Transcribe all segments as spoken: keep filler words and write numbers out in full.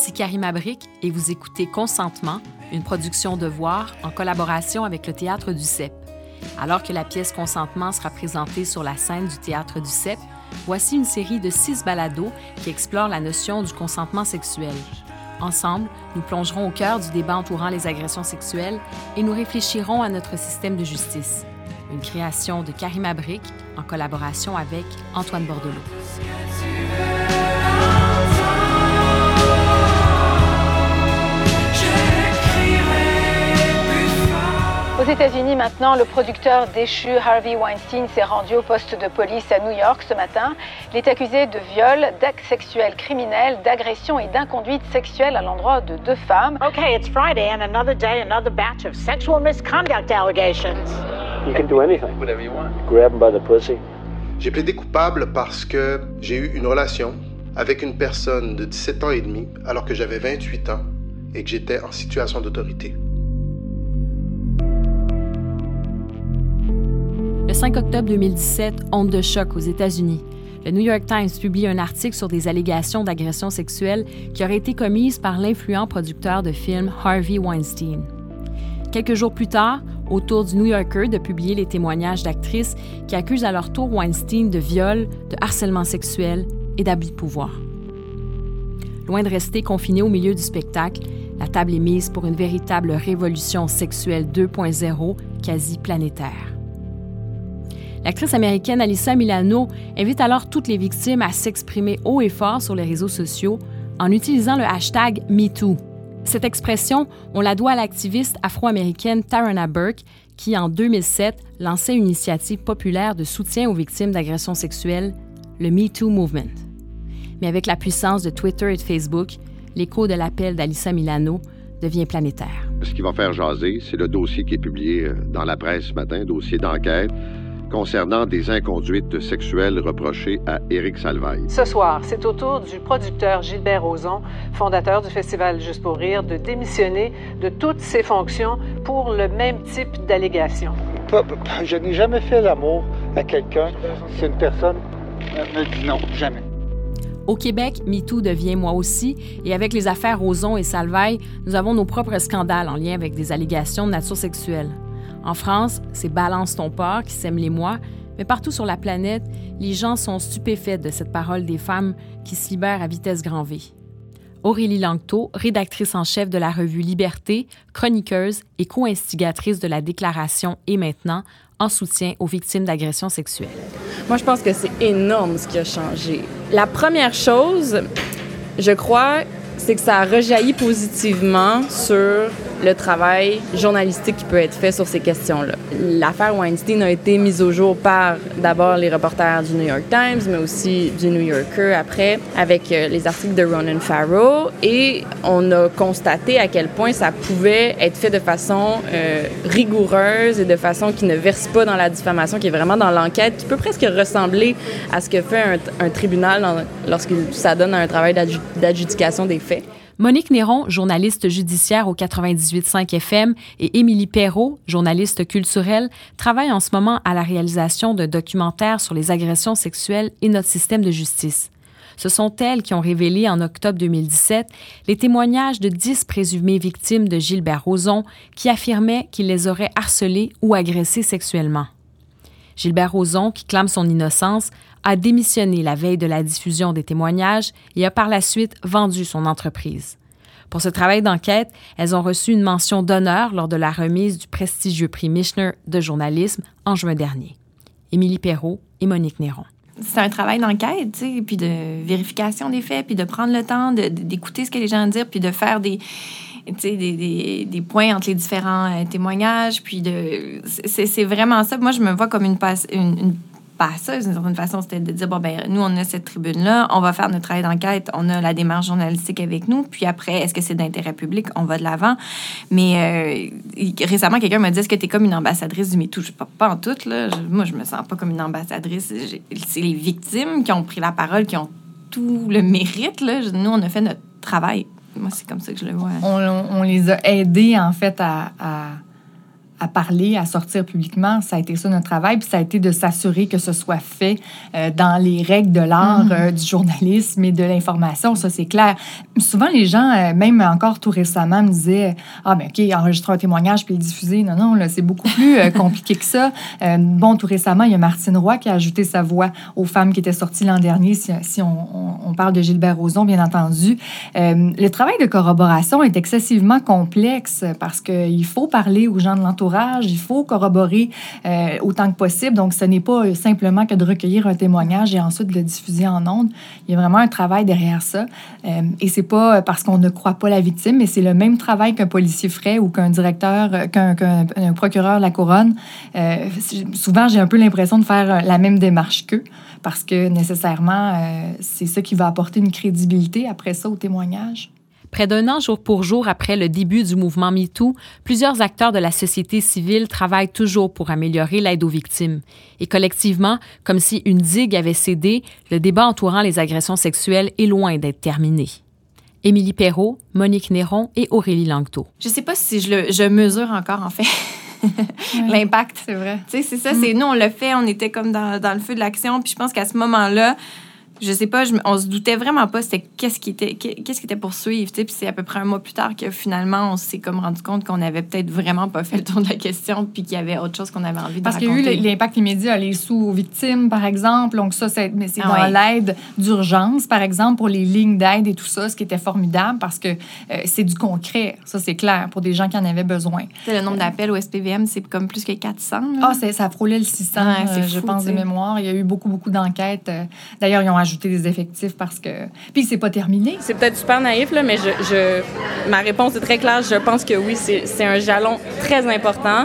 Ici Karima Brick et vous écoutez Consentement, une production de Voir en collaboration avec le Théâtre du C E P. Alors que la pièce Consentement sera présentée sur la scène du Théâtre du C E P, voici une série de six balados qui explorent la notion du consentement sexuel. Ensemble, nous plongerons au cœur du débat entourant les agressions sexuelles et nous réfléchirons à notre système de justice. Une création de Karima Brick en collaboration avec Antoine Bordelot. Aux États-Unis maintenant, le producteur déchu Harvey Weinstein s'est rendu au poste de police à New York ce matin. Il est accusé de viol, d'actes sexuels criminels, d'agression et d'inconduite sexuelle à l'endroit de deux femmes. Okay, it's Friday and another day, another batch of sexual misconduct allegations. You can do anything. Whatever you want. Grab him by the pussy. J'ai plaidé coupable parce que j'ai eu une relation avec une personne de dix-sept ans et demi alors que j'avais vingt-huit ans et que j'étais en situation d'autorité. Le cinq octobre deux mille dix-sept, onde de choc aux États-Unis. Le New York Times publie un article sur des allégations d'agression sexuelle qui auraient été commises par l'influent producteur de films Harvey Weinstein. Quelques jours plus tard, au tour du New Yorker de publier les témoignages d'actrices qui accusent à leur tour Weinstein de viol, de harcèlement sexuel et d'abus de pouvoir. Loin de rester confiné au milieu du spectacle, la table est mise pour une véritable révolution sexuelle deux point zéro quasi planétaire. L'actrice américaine Alyssa Milano invite alors toutes les victimes à s'exprimer haut et fort sur les réseaux sociaux en utilisant le hashtag MeToo. Cette expression, on la doit à l'activiste afro-américaine Tarana Burke qui, en deux mille sept, lançait une initiative populaire de soutien aux victimes d'agressions sexuelles, le MeToo Movement. Mais avec la puissance de Twitter et de Facebook, l'écho de l'appel d'Alyssa Milano devient planétaire. Ce qui va faire jaser, c'est le dossier qui est publié dans la presse ce matin, dossier d'enquête, concernant des inconduites sexuelles reprochées à Éric Salvaille. Ce soir, c'est au tour du producteur Gilbert Rozon, fondateur du Festival Juste pour rire, de démissionner de toutes ses fonctions pour le même type d'allégation. Je n'ai jamais fait l'amour à quelqu'un si une personne me dit non, jamais. Au Québec, MeToo devient moi aussi, et avec les affaires Rozon et Salvaille, nous avons nos propres scandales en lien avec des allégations de nature sexuelle. En France, c'est Balance ton porc qui sème les mois, mais partout sur la planète, les gens sont stupéfaits de cette parole des femmes qui se libèrent à vitesse grand V. Aurélie Langto, rédactrice en chef de la revue Liberté, chroniqueuse et co-instigatrice de la déclaration Et maintenant, en soutien aux victimes d'agressions sexuelles. Moi, je pense que c'est énorme ce qui a changé. La première chose, je crois, c'est que ça a rejailli positivement sur le travail journalistique qui peut être fait sur ces questions-là. L'affaire Weinstein a été mise au jour par d'abord les reporters du New York Times, mais aussi du New Yorker après, avec les articles de Ronan Farrow, et on a constaté à quel point ça pouvait être fait de façon euh, rigoureuse et de façon qui ne verse pas dans la diffamation, qui est vraiment dans l'enquête, qui peut presque ressembler à ce que fait un, un tribunal dans, lorsqu'il s'adonne à un travail d'adju- d'adjudication des faits. Monique Néron, journaliste judiciaire au quatre-vingt-dix-huit virgule cinq F M, et Émilie Perrault, journaliste culturelle, travaillent en ce moment à la réalisation d'un documentaire sur les agressions sexuelles et notre système de justice. Ce sont elles qui ont révélé en octobre deux mille dix-sept les témoignages de dix présumées victimes de Gilbert Rozon qui affirmaient qu'il les aurait harcelées ou agressées sexuellement. Gilbert Rozon, qui clame son innocence, a démissionné la veille de la diffusion des témoignages et a par la suite vendu son entreprise. Pour ce travail d'enquête, elles ont reçu une mention d'honneur lors de la remise du prestigieux prix Michener de journalisme en juin dernier. Émilie Perrault et Monique Néron. C'est un travail d'enquête, tu sais, puis de vérification des faits, puis de prendre le temps de, d'écouter ce que les gens disent, puis de faire des... Des, des, des points entre les différents euh, témoignages, puis de c'est, c'est vraiment ça. Moi, je me vois comme une, passe, une, une passeuse, d'une certaine façon, c'était de dire, bon, ben nous, on a cette tribune-là, on va faire notre travail d'enquête, on a la démarche journalistique avec nous, puis après, est-ce que c'est d'intérêt public? On va de l'avant. Mais euh, récemment, quelqu'un m'a dit, est-ce que t'es comme une ambassadrice du MeToo? Je pas, pas en tout, là. Je, moi, je me sens pas comme une ambassadrice. J'ai, c'est les victimes qui ont pris la parole, qui ont tout le mérite, là. Nous, on a fait notre travail. Moi, c'est comme ça que je le vois. On, on les a aidés, en fait, à, à, à parler, à sortir publiquement. Ça a été ça notre travail, puis ça a été de s'assurer que ce soit fait euh, dans les règles de l'art, mm-hmm. euh, du journalisme et de l'information. Ça, c'est clair. Souvent, les gens, euh, même encore tout récemment, me disaient « Ah, bien, OK, enregistrer un témoignage puis le diffuser. » Non, non, là, c'est beaucoup plus euh, compliqué que ça. Euh, bon, tout récemment, il y a Martine Roy qui a ajouté sa voix aux femmes qui étaient sorties l'an dernier, si, si on, on, on parle de Gilbert Rozon, bien entendu. Euh, le travail de corroboration est excessivement complexe parce qu'il faut parler aux gens de l'entourage. Il faut corroborer euh, autant que possible. Donc, ce n'est pas simplement que de recueillir un témoignage et ensuite de le diffuser en ondes. Il y a vraiment un travail derrière ça. Euh, et c'est pas parce qu'on ne croit pas la victime, mais c'est le même travail qu'un policier ferait ou qu'un directeur, qu'un, qu'un un procureur de la couronne. Euh, souvent, j'ai un peu l'impression de faire la même démarche qu'eux parce que nécessairement, euh, c'est ça qui va apporter une crédibilité après ça au témoignage. Près d'un an jour pour jour après le début du mouvement MeToo, plusieurs acteurs de la société civile travaillent toujours pour améliorer l'aide aux victimes. Et collectivement, comme si une digue avait cédé, le débat entourant les agressions sexuelles est loin d'être terminé. Émilie Perrault, Monique Néron et Aurélie Langto. Je sais pas si je, le, je mesure encore, en fait, oui. l'impact. C'est vrai. Tu sais, c'est ça. Mm. C'est, nous, on l'a fait, on était comme dans, dans le feu de l'action. Puis je pense qu'à ce moment-là, je sais pas, je, on se doutait vraiment pas c'était qu'est-ce qui était, qu'est-ce qui était pour suivre, tu sais. Puis c'est à peu près un mois plus tard que finalement, on s'est comme rendu compte qu'on avait peut-être vraiment pas fait le tour de la question puis qu'il y avait autre chose qu'on avait envie de Parce raconter. Parce qu'il y a eu l'impact immédiat, les sous aux victimes, par exemple. Donc ça, c'est, mais c'est ah dans ouais. l'aide d'urgence, par exemple, pour les lignes d'aide et tout ça, ce qui était formidable parce que euh, c'est du concret. Ça, c'est clair, pour des gens qui en avaient besoin. T'sais, le nombre d'appels au S P V M, c'est comme plus que quatre cents. Ah, c'est, ça frôlait le six cents, ouais, c'est euh, fou, je pense, de mémoire. Il y a eu beaucoup, beaucoup d'enquêtes. D'ailleurs, ils ont ajouté des effectifs parce que... Puis c'est pas terminé. C'est peut-être super naïf, là, mais je, je... ma réponse est très claire. Je pense que oui, c'est, c'est un jalon très important.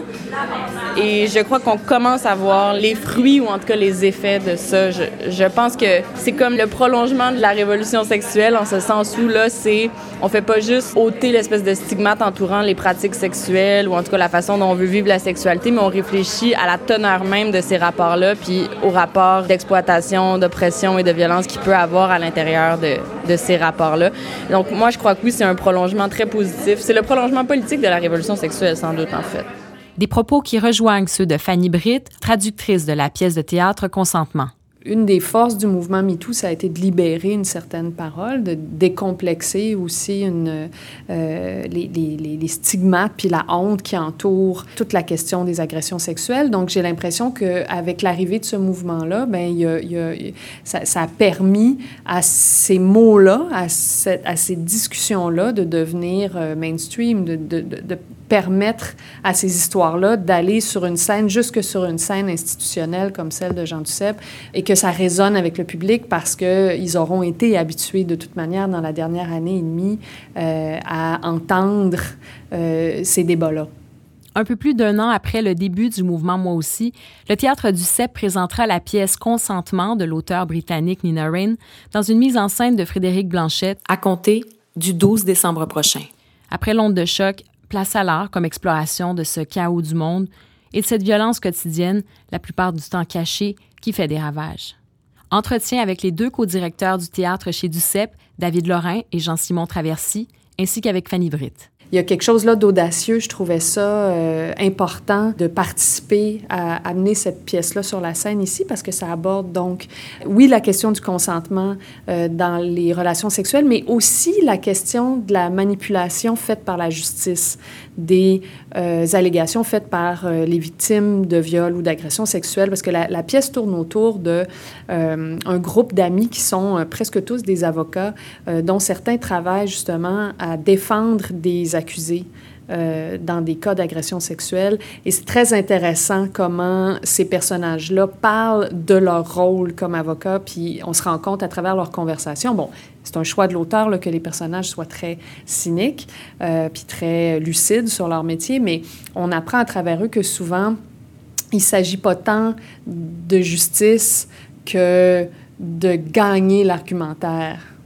Et je crois qu'on commence à voir les fruits ou en tout cas les effets de ça. Je, je pense que c'est comme le prolongement de la révolution sexuelle en ce sens où, là, c'est... On fait pas juste ôter l'espèce de stigmate entourant les pratiques sexuelles ou en tout cas la façon dont on veut vivre la sexualité, mais on réfléchit à la teneur même de ces rapports-là puis au rapport d'exploitation, d'oppression et de violence qu'il peut avoir à l'intérieur de, de ces rapports-là. Donc, moi, je crois que oui, c'est un prolongement très positif. C'est le prolongement politique de la révolution sexuelle, sans doute, en fait. Des propos qui rejoignent ceux de Fanny Britt, traductrice de la pièce de théâtre Consentement. Une des forces du mouvement MeToo, ça a été de libérer une certaine parole, de décomplexer aussi une, euh, les, les, les stigmates puis la honte qui entoure toute la question des agressions sexuelles. Donc, j'ai l'impression qu'avec l'arrivée de ce mouvement-là, bien, il y a, il y a, ça, ça a permis à ces mots-là, à, cette, à ces discussions-là de devenir euh, mainstream, de, de, de, de permettre à ces histoires-là d'aller sur une scène, jusque sur une scène institutionnelle comme celle de Jean Duceppe, et que ça résonne avec le public parce qu'ils auront été habitués de toute manière dans la dernière année et demie euh, à entendre euh, ces débats-là. Un peu plus d'un an après le début du mouvement Moi aussi, le Théâtre Duceppe présentera la pièce Consentement de l'auteure britannique Nina Raine dans une mise en scène de Frédéric Blanchette à compter du douze décembre prochain. Après l'onde de choc, place à l'art comme exploration de ce chaos du monde et de cette violence quotidienne, la plupart du temps cachée, qui fait des ravages. Entretien avec les deux co-directeurs du théâtre chez Duceppe, David Lorrain et Jean-Simon Traversy, ainsi qu'avec Fanny Britt. Il y a quelque chose là d'audacieux. Je trouvais ça euh, important de participer à amener cette pièce-là sur la scène ici parce que ça aborde donc, oui, la question du consentement euh, dans les relations sexuelles, mais aussi la question de la manipulation faite par la justice, des euh, allégations faites par euh, les victimes de viols ou d'agressions sexuelles, parce que la, la pièce tourne autour de euh, un groupe d'amis qui sont euh, presque tous des avocats, euh, dont certains travaillent justement à défendre des accusés euh, dans des cas d'agression sexuelle. Et c'est très intéressant comment ces personnages-là parlent de leur rôle comme avocats, puis on se rend compte à travers leur conversation. Bon, c'est un choix de l'auteur là, que les personnages soient très cyniques euh, puis très lucides sur leur métier, mais on apprend à travers eux que souvent, il ne s'agit pas tant de justice que de gagner l'argumentaire.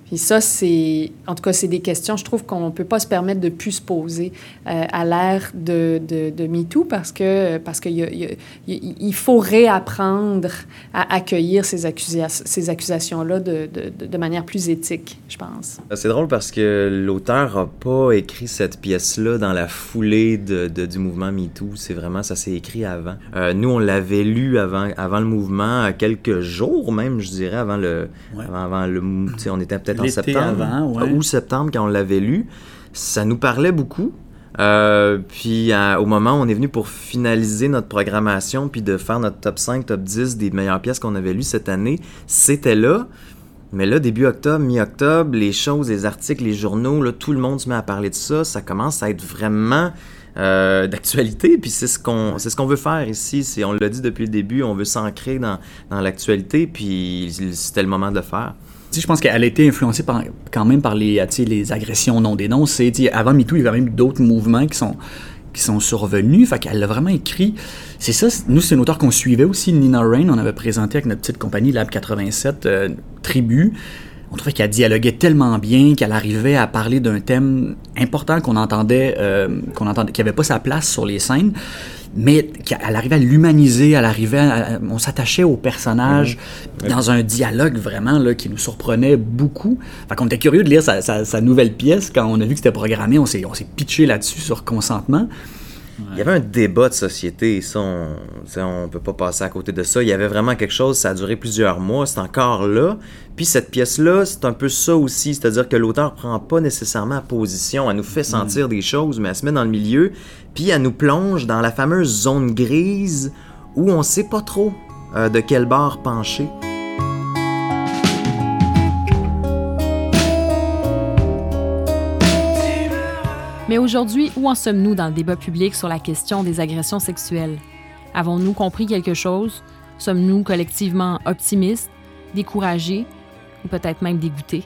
Puis ça, c'est... En tout cas, c'est des questions, je trouve, qu'on ne peut pas se permettre de plus se poser euh, à l'ère de, de, de MeToo parce que parce qu'il y a, il, y a, il faut réapprendre à accueillir ces, accusa- ces accusations-là de, de, de manière plus éthique, je pense. C'est drôle parce que l'auteur n'a pas écrit cette pièce-là dans la foulée de, de, du mouvement MeToo. C'est vraiment, ça s'est écrit avant. Euh, nous, on l'avait lu avant, avant le mouvement, quelques jours même, je dirais, avant le... Ouais. Avant, avant le tu sais, on était peut-être L'été en septembre, avant, ouais. ou septembre quand on l'avait lu. Ça nous parlait beaucoup. Euh, puis à, au moment où on est venu pour finaliser notre programmation puis de faire notre top cinq, top dix des meilleures pièces qu'on avait lues cette année, c'était là. Mais là, début octobre, mi-octobre, les choses, les articles, les journaux, là, tout le monde se met à parler de ça. Ça commence à être vraiment euh, d'actualité. Puis c'est ce qu'on, c'est ce qu'on veut faire ici. C'est, on l'a dit depuis le début, on veut s'ancrer dans, dans l'actualité. Puis c'était le moment de le faire. Je pense qu'elle a été influencée par, quand même par les, les agressions non dénoncées. Avant MeToo, il y avait même d'autres mouvements qui sont, qui sont survenus. Fait qu'elle a vraiment écrit. C'est ça, nous, c'est une auteure qu'on suivait aussi, Nina Rain. On avait présenté avec notre petite compagnie Lab quatre-vingt-sept, euh, Tribu. On trouvait qu'elle dialoguait tellement bien, qu'elle arrivait à parler d'un thème important qu'on entendait, euh, qu'on entendait, qui n'avait pas sa place sur les scènes. Mais qu'elle arrivait à l'humaniser, elle arrivait à, on s'attachait au personnage mmh. dans un dialogue vraiment là, qui nous surprenait beaucoup. Fait qu'on était curieux de lire sa, sa, sa nouvelle pièce. Quand on a vu que c'était programmé, on s'est, on s'est pitché là-dessus sur consentement. Ouais. Il y avait un débat de société, ça, on ne peut pas passer à côté de ça. Il y avait vraiment quelque chose, ça a duré plusieurs mois, c'est encore là. Puis cette pièce-là, c'est un peu ça aussi, c'est-à-dire que l'auteur prend pas nécessairement position, elle nous fait sentir mmh. des choses, mais elle se met dans le milieu, puis elle nous plonge dans la fameuse zone grise où on sait pas trop euh, de quel bord pencher. Mais aujourd'hui, où en sommes-nous dans le débat public sur la question des agressions sexuelles? Avons-nous compris quelque chose? Sommes-nous collectivement optimistes, découragés ou peut-être même dégoûtés?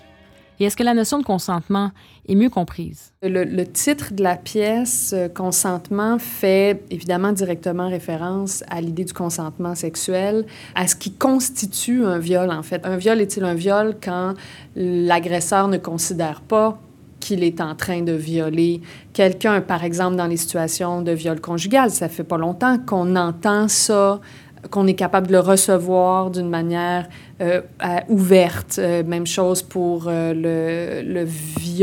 Et est-ce que la notion de consentement est mieux comprise? Le, le titre de la pièce, euh, Consentement, fait évidemment directement référence à l'idée du consentement sexuel, à ce qui constitue un viol, en fait. Un viol est-il un viol quand l'agresseur ne considère pas qu'il est en train de violer quelqu'un, par exemple dans les situations de viol conjugal? Ça fait pas longtemps qu'on entend ça, qu'on est capable de le recevoir d'une manière euh, ouverte. Euh, même chose pour euh, le, le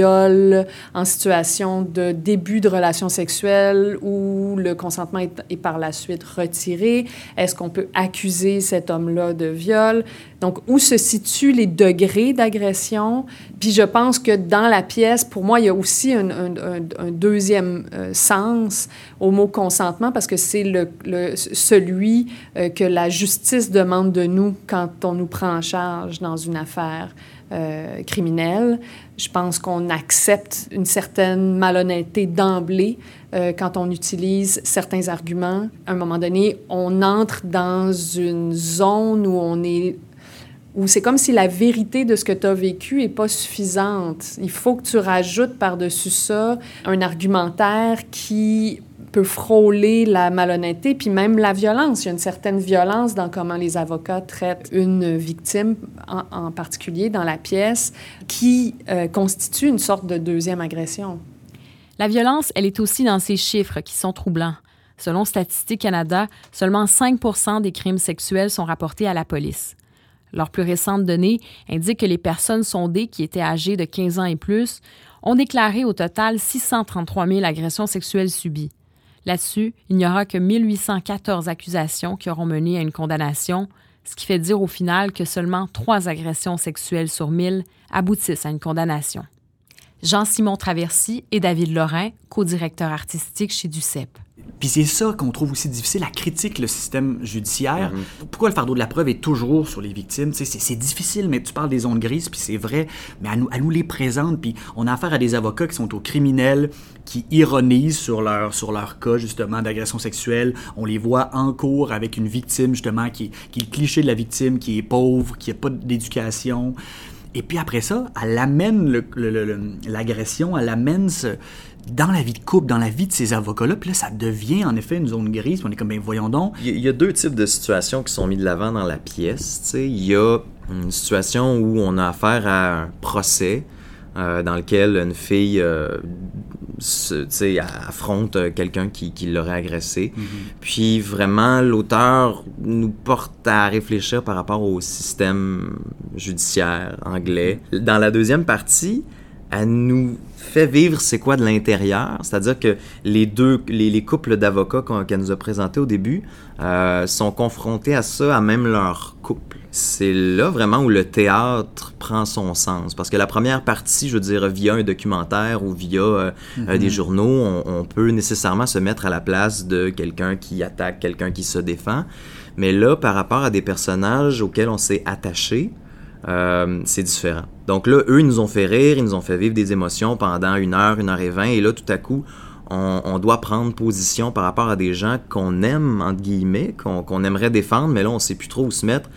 viol en situation de début de relation sexuelle où le consentement est, est par la suite retiré. Est-ce qu'on peut accuser cet homme-là de viol? Donc, où se situent les degrés d'agression? Puis je pense que dans la pièce, pour moi, il y a aussi un, un, un, un deuxième euh, sens au mot consentement parce que c'est le, le, celui euh, que la justice demande de nous quand on nous prend en charge dans une affaire euh, criminelle. Je pense qu'on accepte une certaine malhonnêteté d'emblée euh, quand on utilise certains arguments. À un moment donné, on entre dans une zone où on est où c'est comme si la vérité de ce que tu as vécu n'est pas suffisante. Il faut que tu rajoutes par-dessus ça un argumentaire qui peut frôler la malhonnêteté, puis même la violence. Il y a une certaine violence dans comment les avocats traitent une victime, en, en particulier dans la pièce, qui euh, constitue une sorte de deuxième agression. La violence, elle est aussi dans ces chiffres qui sont troublants. Selon Statistique Canada, seulement cinq pour cent des crimes sexuels sont rapportés à la police. Leurs plus récentes données indiquent que les personnes sondées qui étaient âgées de quinze ans et plus ont déclaré au total six cent trente-trois mille agressions sexuelles subies. Là-dessus, il n'y aura que mille huit cent quatorze accusations qui auront mené à une condamnation, ce qui fait dire au final que seulement trois agressions sexuelles sur mille aboutissent à une condamnation. Jean-Simon Traversy et David Lorrain, co-directeurs artistiques chez Duceppe. Puis c'est ça qu'on trouve aussi difficile, la critique, le système judiciaire. Mm-hmm. Pourquoi le fardeau de la preuve est toujours sur les victimes? C'est, c'est difficile, mais tu parles des zones grises, puis c'est vrai, mais elle nous, elle nous les présente, puis on a affaire à des avocats qui sont aux criminels, qui ironisent sur leur, sur leur cas, justement, d'agression sexuelle. On les voit en cours avec une victime, justement, qui, qui est le cliché de la victime, qui est pauvre, qui n'a pas d'éducation. Et puis après ça, elle amène le, le, le, l'agression, elle amène ce, dans la vie de couple, dans la vie de ces avocats-là, puis là, ça devient en effet une zone grise, puis on est comme, ben voyons donc. Il y a deux types de situations qui sont mis de l'avant dans la pièce, tu sais. Il y a une situation où on a affaire à un procès euh, dans lequel une fille euh, se, tu sais, affronte quelqu'un qui, qui l'aurait agressée. Mm-hmm. Puis vraiment, l'auteur nous porte à réfléchir par rapport au système judiciaire anglais. Dans la deuxième partie, elle nous fait vivre c'est quoi de l'intérieur, c'est-à-dire que les deux, les, les couples d'avocats qu'elle nous a présentés au début euh, sont confrontés à ça, à même leur couple. C'est là vraiment où le théâtre prend son sens, parce que la première partie, je veux dire, via un documentaire ou via euh, mm-hmm. des journaux, on, on peut nécessairement se mettre à la place de quelqu'un qui attaque, quelqu'un qui se défend, mais là, par rapport à des personnages auxquels on s'est attaché, Euh, c'est différent. Donc là, eux, ils nous ont fait rire, ils nous ont fait vivre des émotions pendant une heure, une heure et vingt, et là, tout à coup, on, on doit prendre position par rapport à des gens qu'on aime, entre guillemets, qu'on, qu'on aimerait défendre, mais là, on ne sait plus trop où se mettre,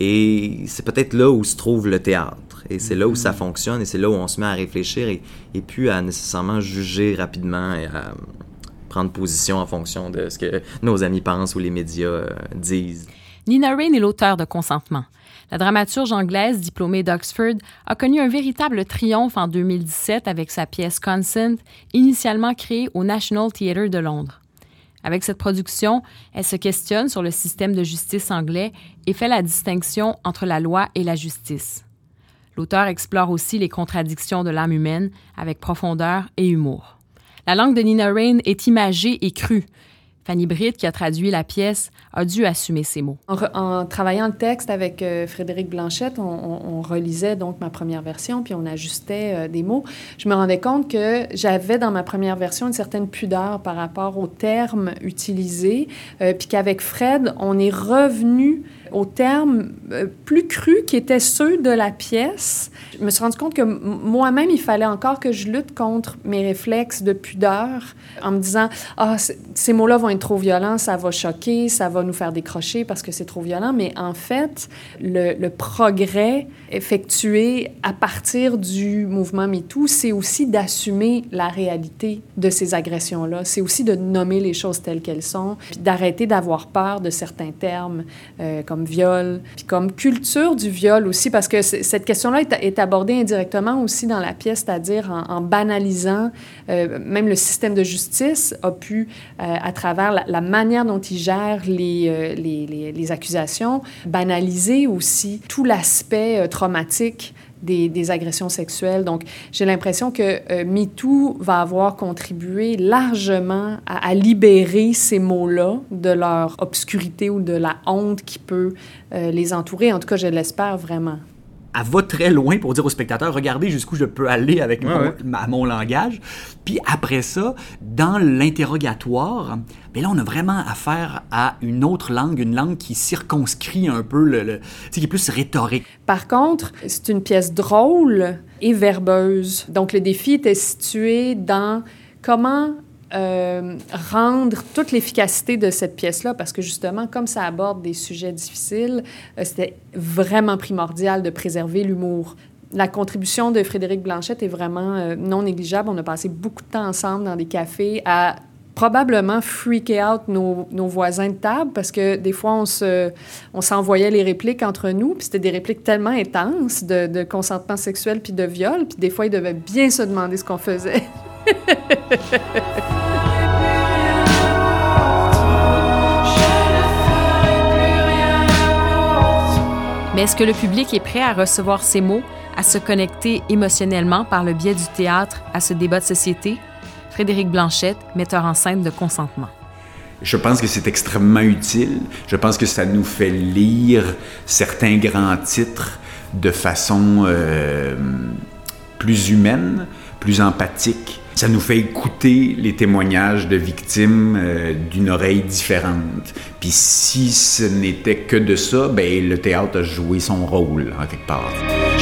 et c'est peut-être là où se trouve le théâtre, et c'est là où ça fonctionne, et c'est là où on se met à réfléchir, et, et puis à nécessairement juger rapidement, et à prendre position en fonction de ce que nos amis pensent ou les médias euh, disent. Nina Raine est l'auteure de Consentement. La dramaturge anglaise diplômée d'Oxford a connu un véritable triomphe en deux mille dix-sept avec sa pièce Consent, initialement créée au National Theatre de Londres. Avec cette production, elle se questionne sur le système de justice anglais et fait la distinction entre la loi et la justice. L'auteur explore aussi les contradictions de l'âme humaine avec profondeur et humour. La langue de Nina Raine est imagée et crue. Fanny Britt, qui a traduit la pièce, a dû assumer ces mots. En, re, en travaillant le texte avec euh, Frédéric Blanchette, on, on, on relisait donc ma première version, puis on ajustait euh, des mots. Je me rendais compte que j'avais dans ma première version une certaine pudeur par rapport aux termes utilisés, euh, puis qu'avec Fred, on est revenu aux termes euh, plus crus qui étaient ceux de la pièce. Je me suis rendu compte que m- moi-même, il fallait encore que je lutte contre mes réflexes de pudeur en me disant « Ah, ces mots-là vont être trop violents, ça va choquer, ça va nous faire décrocher parce que c'est trop violent. » Mais en fait, le, le progrès effectué à partir du mouvement MeToo, c'est aussi d'assumer la réalité de ces agressions-là. C'est aussi de nommer les choses telles qu'elles sont, puis d'arrêter d'avoir peur de certains termes euh, comme viol, puis comme culture du viol aussi, parce que cette question-là est, est abordée indirectement aussi dans la pièce, c'est-à-dire en, en banalisant, euh, même le système de justice a pu, euh, à travers la, la manière dont il gère les, euh, les, les, les accusations, banaliser aussi tout l'aspect euh, traumatique Des, des agressions sexuelles. Donc, j'ai l'impression que euh, MeToo va avoir contribué largement à, à libérer ces mots-là de leur obscurité ou de la honte qui peut euh, les entourer. En tout cas, je l'espère vraiment. Elle va très loin pour dire aux spectateurs, regardez jusqu'où je peux aller avec ouais, mon, ouais. ma, mon langage. Puis après ça, dans l'interrogatoire, bien là, on a vraiment affaire à une autre langue, une langue qui circonscrit un peu, le, le, tu sais, qui est plus rhétorique. Par contre, c'est une pièce drôle et verbeuse. Donc, le défi était situé dans comment Euh, rendre toute l'efficacité de cette pièce-là, parce que justement, comme ça aborde des sujets difficiles, euh, c'était vraiment primordial de préserver l'humour. La contribution de Frédéric Blanchette est vraiment euh, non négligeable. On a passé beaucoup de temps ensemble dans des cafés à probablement freaker out nos, nos voisins de table, parce que des fois, on, se, on s'envoyait les répliques entre nous, puis c'était des répliques tellement intenses de, de consentement sexuel puis de viol, puis des fois, ils devaient bien se demander ce qu'on faisait. Mais est-ce que le public est prêt à recevoir ces mots, à se connecter émotionnellement par le biais du théâtre à ce débat de société? Frédéric Blanchette, metteur en scène de Consentement. Je pense que c'est extrêmement utile. Je pense que ça nous fait lire certains grands titres de façon euh, plus humaine, plus empathique. Ça nous fait écouter les témoignages de victimes euh, d'une oreille différente. Puis si ce n'était que de ça, ben le théâtre a joué son rôle, en quelque part.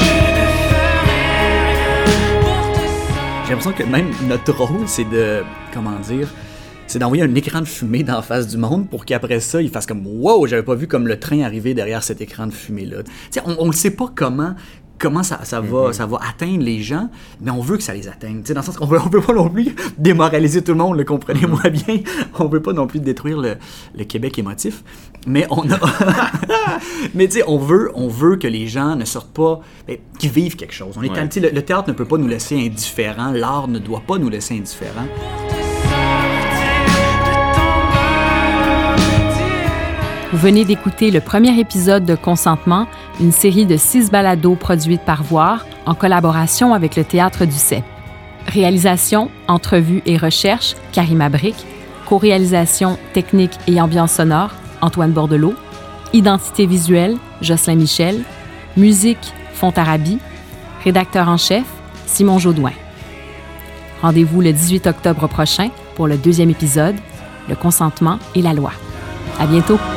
J'ai l'impression que même notre rôle, c'est de, comment dire, c'est d'envoyer un écran de fumée dans la face du monde pour qu'après ça, ils fassent comme « Wow, j'avais pas vu comme le train arriver derrière cet écran de fumée-là. » Tu sais, on ne sait pas comment comment ça, ça, va, Mm-hmm. ça va atteindre les gens, mais on veut que ça les atteigne. T'sais, dans le sens qu'on veut, on veut pas non plus démoraliser tout le monde, le comprenez-moi mm-hmm. bien. On veut pas non plus détruire le, le Québec émotif. Mais on a... mais tu sais, on veut, on veut que les gens ne sortent pas... Ben, qu'ils vivent quelque chose. On est Ouais. le, le théâtre ne peut pas nous laisser indifférents. L'art ne doit pas nous laisser indifférents. Vous venez d'écouter le premier épisode de Consentement, une série de six balados produites par Voir en collaboration avec le Théâtre du C E P. Réalisation, entrevue et recherche, Karima Brick. Co-réalisation, technique et ambiance sonore, Antoine Bordelot. Identité visuelle, Jocelyn Michel. Musique, Fontarabi. Rédacteur en chef, Simon Jaudoin. Rendez-vous le dix-huit octobre prochain pour le deuxième épisode, Le consentement et la loi. À bientôt!